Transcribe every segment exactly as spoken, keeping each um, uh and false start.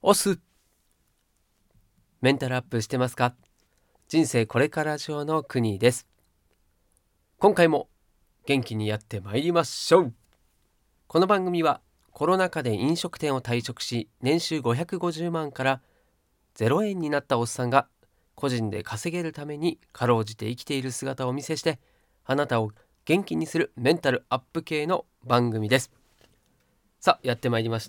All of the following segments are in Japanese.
オスメンタルアップしてますか？人生これから上の国です。今回も元気にやってまいりましょう。この番組はコロナ禍で飲食店を退職し、年収ごひゃくごじゅうまんからゼロえんになったおっさんが個人で稼げるためにかろうじて生きている姿をお見せして、あなたを元気にするメンタルアップ系の番組です。さあ、やってまいりました。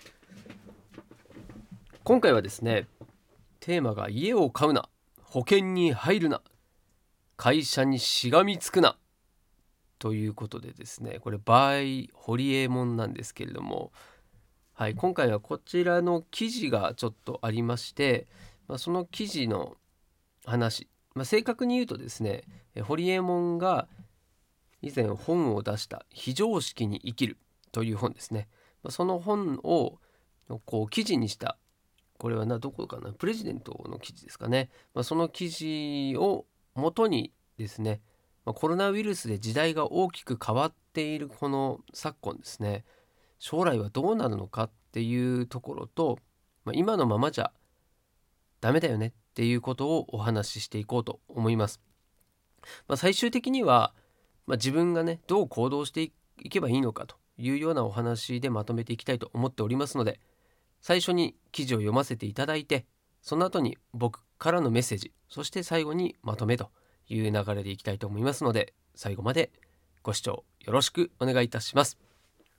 今回はですね、テーマが家を買うな、保険に入るな、会社にしがみつくなということでですね、これバイホリエモンなんですけれども、はい、今回はこちらの記事がちょっとありまして、まあ、その記事の話、まあ、正確に言うとですね、ホリエモンが以前本を出した非常識に生きるという本ですね。まあ、その本をこう記事にした、これはなどこかなプレジデントの記事ですかね、まあ、その記事を元にですね、まあ、コロナウイルスで時代が大きく変わっているこの昨今ですね、将来はどうなるのかっていうところと、まあ、今のままじゃダメだよねっていうことをお話ししていこうと思います。まあ、最終的には、まあ、自分がねどう行動していけばいいのかというようなお話でまとめていきたいと思っておりますので、最初に記事を読ませていただいて、その後に僕からのメッセージ、そして最後にまとめという流れでいきたいと思いますので、最後までご視聴よろしくお願いいたします。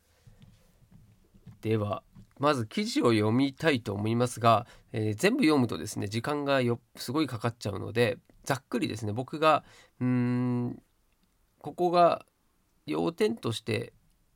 ではまず記事を読みたいと思いますが、えー全部読むとですね時間がよすごいかかっちゃうので、ざっくりですね、僕がうーんここが要点として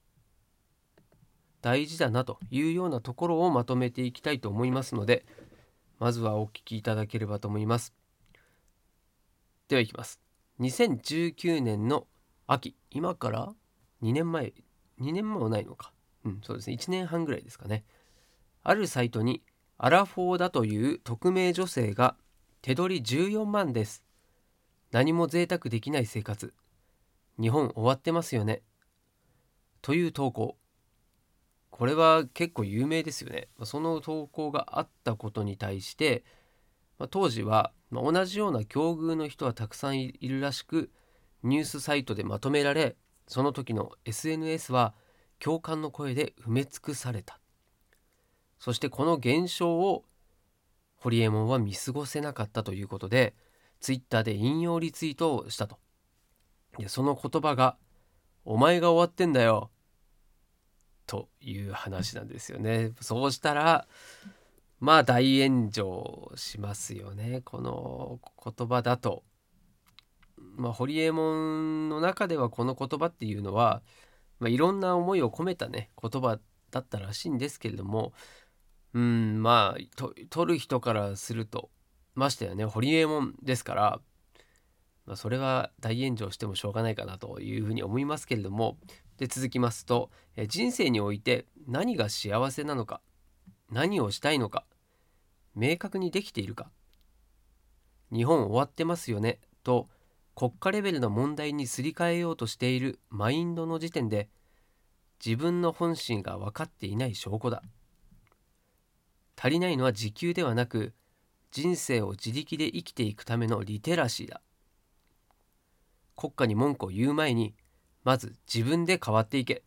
大事だなというようなところをまとめていきたいと思いますので、まずはお聞きいただければと思います。ではいきます。にせんじゅうきゅうねんの秋、今からにねんまえ、にねんまえもないのか、うんそうですね、いちねんはんぐらいですかね。あるサイトにアラフォーだという匿名女性が手取りじゅうよんまんです。何も贅沢できない生活。日本終わってますよね。という投稿。これは結構有名ですよね。その投稿があったことに対して、まあ、当時は、まあ、同じような境遇の人はたくさんいるらしく、ニュースサイトでまとめられ、その時の エスエヌエス は共感の声で埋め尽くされた。そしてこの現象をホリエモンは見過ごせなかったということで、ツイッターで引用リツイートをしたと。でその言葉がお前が終わってんだよという話なんですよね。そうしたらまあ大炎上しますよね、この言葉だと。まあホリエモンの中ではこの言葉っていうのは、まあ、いろんな思いを込めたね言葉だったらしいんですけれども、うんまあと取る人からすると、ましてやねホリエモンですから、まあ、それは大炎上してもしょうがないかなというふうに思いますけれども、で続きますと、え人生において何が幸せなのか、何をしたいのか明確にできているか、日本終わってますよねと国家レベルの問題にすり替えようとしているマインドの時点で、自分の本心が分かっていない証拠だ。足りないのは時給ではなく、人生を自力で生きていくためのリテラシーだ。国家に文句を言う前に、まず自分で変わっていけ。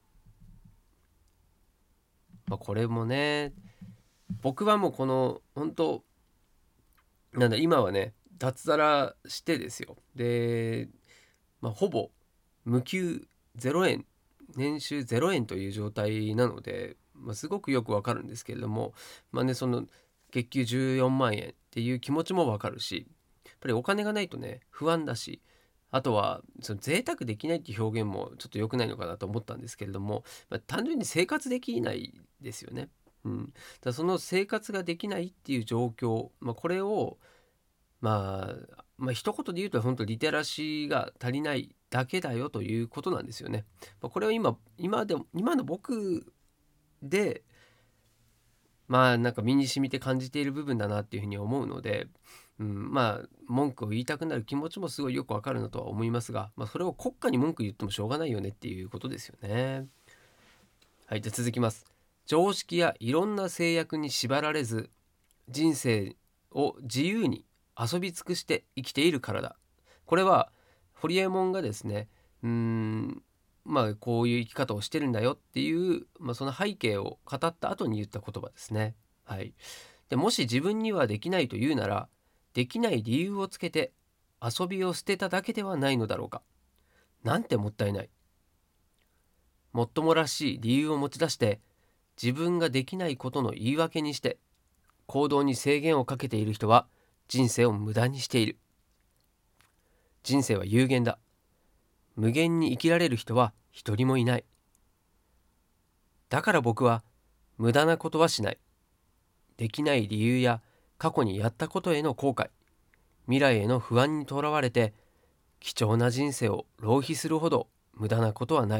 まあ、これもね、僕はもうこの本当なんだ今はね脱サラしてですよ。で、まあ、ほぼ無給ゼロえん、年収ゼロえんという状態なので、まあ、すごくよくわかるんですけれども、まあね、その月給じゅうよんまん円っていう気持ちもわかるし、やっぱりお金がないとね不安だし、あとはその贅沢できないっていう表現もちょっと良くないのかなと思ったんですけれども、まあ、単純に生活できないですよね。うん、だその生活ができないっていう状況、まあ、これをまあ、まあ一言で言うと本当リテラシーが足りないだけだよということなんですよね。まあ、これを今今でも今の僕でまあなんか身に染みて感じている部分だなっていうふうに思うので、うん、まあ文句を言いたくなる気持ちもすごいよくわかるのとは思いますが、まあ、それを国家に文句言ってもしょうがないよねっていうことですよね。はい、じゃあ続きます。 常識やいろんな制約に縛られず、人生を自由に遊び尽くして生きているからだ。これはホリエモンがですね、うーんまあこういう生き方をしてるんだよっていう、まあ、その背景を語った後に言った言葉ですね。はい。でもし自分にはできないというなら、できない理由をつけて遊びを捨てただけではないのだろうか。なんてもったいない。もっともらしい理由を持ち出して、自分ができないことの言い訳にして行動に制限をかけている人は人生を無駄にしている。人生は有限だ。無限に生きられる人は一人もいない。だから僕は無駄なことはしない。できない理由や過去にやったことへの後悔、未来への不安にとらわれて貴重な人生を浪費するほど無駄なことはない。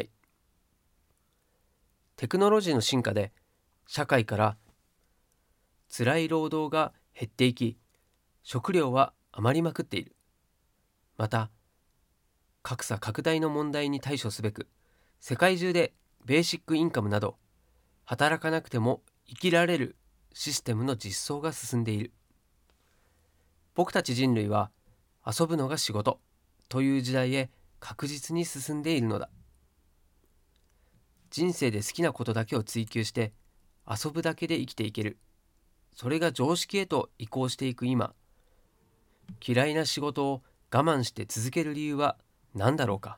テクノロジーの進化で社会から辛い労働が減っていき、食料は余りまくっている。また、格差拡大の問題に対処すべく、世界中でベーシックインカムなど、働かなくても生きられるシステムの実装が進んでいる。僕たち人類は遊ぶのが仕事という時代へ確実に進んでいるのだ。人生で好きなことだけを追求して遊ぶだけで生きていける。それが常識へと移行していく今、嫌いな仕事を我慢して続ける理由は何だろうか。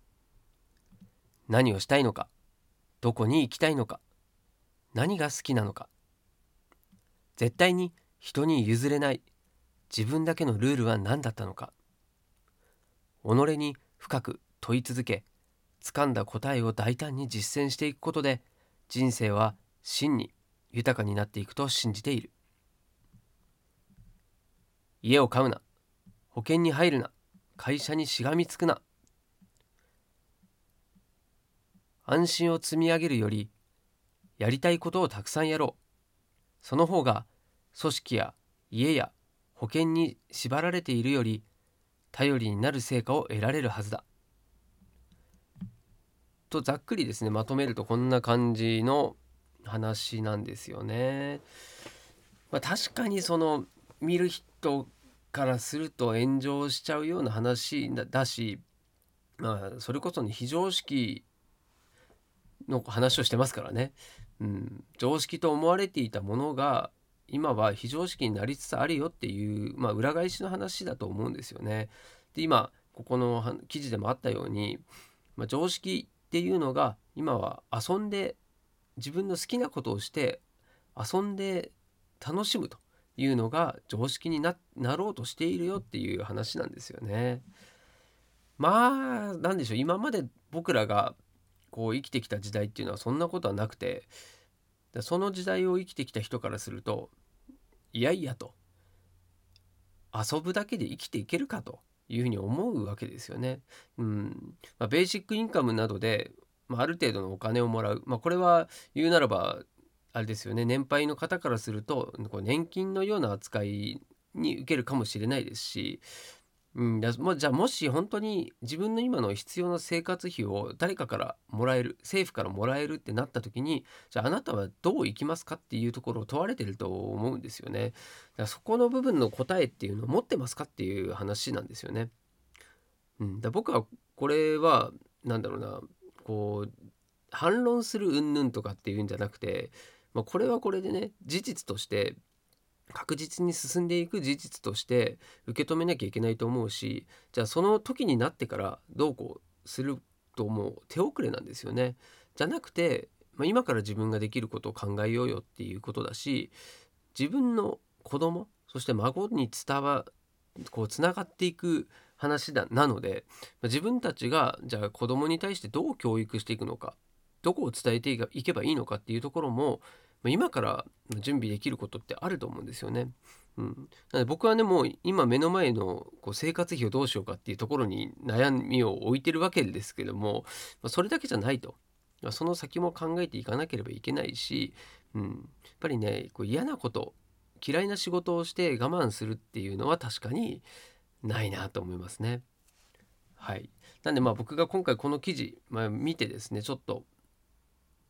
何をしたいのか、どこに行きたいのか、何が好きなのか。絶対に人に譲れない自分だけのルールは何だったのか。己に深く問い続け、掴んだ答えを大胆に実践していくことで、人生は真に豊かになっていくと信じている。家を買うな、保険に入るな、会社にしがみつくな。安心を積み上げるより、やりたいことをたくさんやろう。その方が組織や家や保険に縛られているより頼りになる成果を得られるはずだ。とざっくりですね、まとめるとこんな感じの話なんですよね。まあ、確かにその見る人からすると炎上しちゃうような話だだし、まあそれこそね非常識の話をしてますからね。うん、常識と思われていたものが今は非常識になりつつあるよっていう、まあ、裏返しの話だと思うんですよね。で今ここの記事でもあったように、まあ、常識っていうのが今は遊んで自分の好きなことをして遊んで楽しむというのが常識に な, なろうとしているよっていう話なんですよね。まあなんでしょう、今まで僕らがこう生きてきた時代っていうのはそんなことはなくて、その時代を生きてきた人からすると、いやいやと、遊ぶだけで生きていけるかというふうに思うわけですよね。うんまあ、ベーシックインカムなどで、まあ、ある程度のお金をもらう、まあ、これは言うならばあれですよね、年配の方からするとこう年金のような扱いに受けるかもしれないですし、うん、だもうじゃあもし本当に自分の今の必要な生活費を誰かからもらえる、政府からもらえるってなった時に、じゃああなたはどう生きますかっていうところを問われてると思うんですよね。だからそこの部分の答えっていうのを持ってますかっていう話なんですよね。うん、だ僕はこれはなんだろうな、こう反論する云々とかっていうんじゃなくて、まあ、これはこれでね事実として確実に進んでいく事実として受け止めなきゃいけないと思うし、じゃあその時になってからどうこうするともう手遅れなんですよね。じゃなくて、まあ、今から自分ができることを考えようよっていうことだし、自分の子供そして孫に伝わこうつながっていく話だなので、まあ自分たちがじゃあ子供に対してどう教育していくのか、どこを伝えていけばいいのかっていうところも今から準備できることってあると思うんですよね。うん、なので僕はねもう今目の前のこう生活費をどうしようかっていうところに悩みを置いてるわけですけども、まあ、それだけじゃないと、まあ、その先も考えていかなければいけないし、うん、やっぱりねこう嫌なこと嫌いな仕事をして我慢するっていうのは確かにないなと思いますね。はい。なんでまあ僕が今回この記事、まあ、見てですねちょっと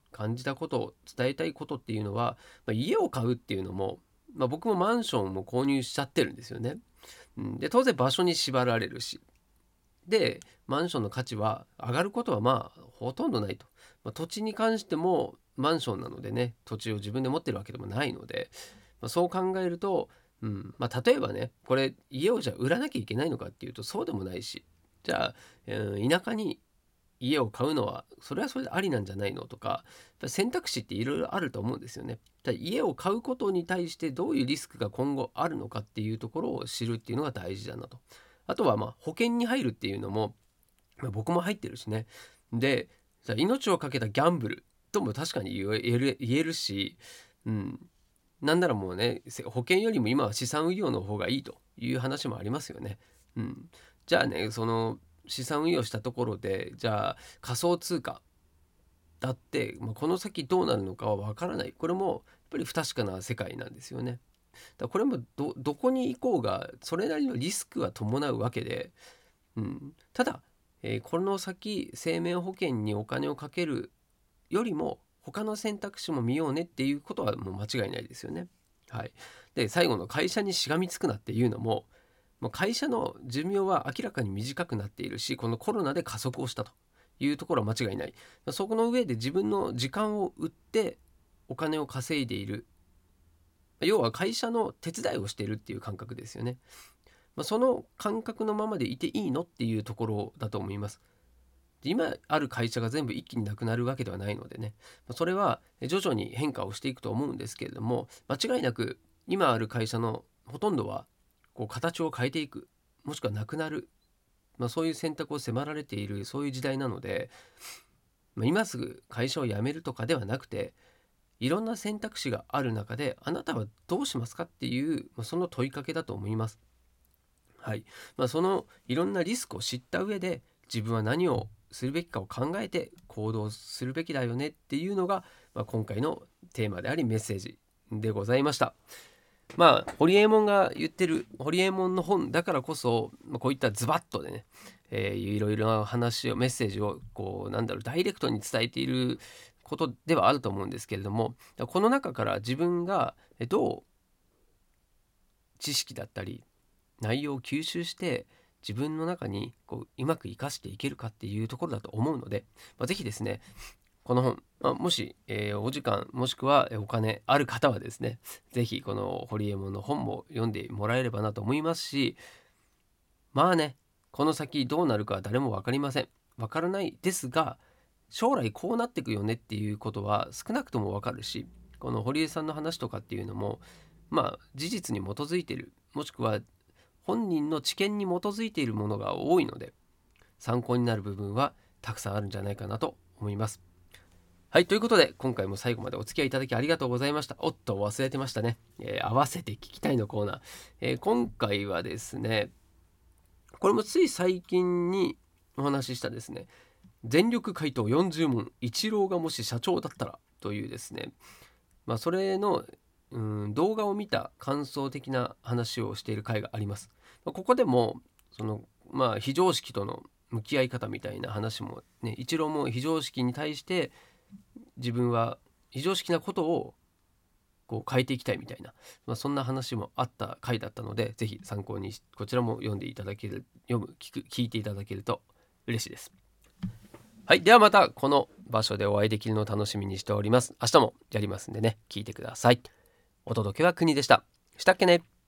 感じたことを伝えたいことっていうのは、まあ、家を買うっていうのも、まあ、僕もマンションも購入しちゃってるんですよね。うん、で当然場所に縛られるし、でマンションの価値は上がることはまあほとんどないと、まあ、土地に関してもマンションなのでね、土地を自分で持ってるわけでもないので、まあ、そう考えると、うんまあ、例えばねこれ家をじゃあ売らなきゃいけないのかっていうとそうでもないし、じゃあ、うん、田舎に家を買うのはそれはそれでありなんじゃないのとか、選択肢っていろいろあると思うんですよね。ただ家を買うことに対してどういうリスクが今後あるのかっていうところを知るっていうのが大事だなと。あとはまあ保険に入るっていうのも、まあ、僕も入ってるしね。で命を懸けたギャンブルとも確かに言える言えるし、うん、なんならもうね保険よりも今は資産運用の方がいいという話もありますよね。うん、じゃあねその資産運用したところでじゃあ仮想通貨だって、まあ、この先どうなるのかはわからない。これもやっぱり不確かな世界なんですよね。だからこれも ど, どこに行こうがそれなりのリスクは伴うわけで、うん、ただ、えーこの先生命保険にお金をかけるよりも他の選択肢も見ようねっていうことはもう間違いないですよね。はい、で最後の会社にしがみつくなっていうのも、もう会社の寿命は明らかに短くなっているし、このコロナで加速をしたというところは間違いない。そこの上で自分の時間を売ってお金を稼いでいる、要は会社の手伝いをしているっていう感覚ですよね。まあ、その感覚のままでいていいのっていうところだと思います。今ある会社が全部一気になくなるわけではないのでね、それは徐々に変化をしていくと思うんですけれども、間違いなく今ある会社のほとんどはこう形を変えていく、もしくはなくなる、まあ、そういう選択を迫られているそういう時代なので、まあ、今すぐ会社を辞めるとかではなくて、いろんな選択肢がある中であなたはどうしますかっていう、まあ、その問いかけだと思います。はいまあ、そのいろんなリスクを知った上で自分は何をするべきかを考えて行動するべきだよねっていうのが、まあ、今回のテーマでありメッセージでございました。まあホリエモンが言ってるホリエモンの本だからこそ、まあ、こういったズバッとでね、えー、いろいろな話をメッセージをこうなんだろうダイレクトに伝えていることではあると思うんですけれども、この中から自分がどう知識だったり内容を吸収して自分の中にこううまく活かしていけるかっていうところだと思うので、まあ、ぜひですねこの本、まあ、もし、えーお時間もしくはお金ある方はですねぜひこのホリエモンの本も読んでもらえればなと思いますし、まあねこの先どうなるかは誰も分かりません。分からないですが将来こうなっていくよねっていうことは少なくとも分かるし、この堀江さんの話とかっていうのもまあ事実に基づいている、もしくは本人の知見に基づいているものが多いので参考になる部分はたくさんあるんじゃないかなと思います。はい、ということで今回も最後までお付き合いいただきありがとうございました。おっと忘れてましたね、えー合わせて聞きたいのコーナー、えー今回はですねこれもつい最近にお話ししたですね全力回答よんじゅう問イチローがもし社長だったらというですね、まあ、それのうん動画を見た感想的な話をしている回があります。まあここでもその、まあ、非常識との向き合い方みたいな話もね、イチローも非常識に対して自分は非常識なことをこう変えていきたいみたいな、まあ、そんな話もあった回だったのでぜひ参考にこちらも読んでいただける読む聞く聞いていただけると嬉しいです。はい、ではまたこの場所でお会いできるのを楽しみにしております。明日もやりますんでね聞いてください。お届けは国でした。したっけね。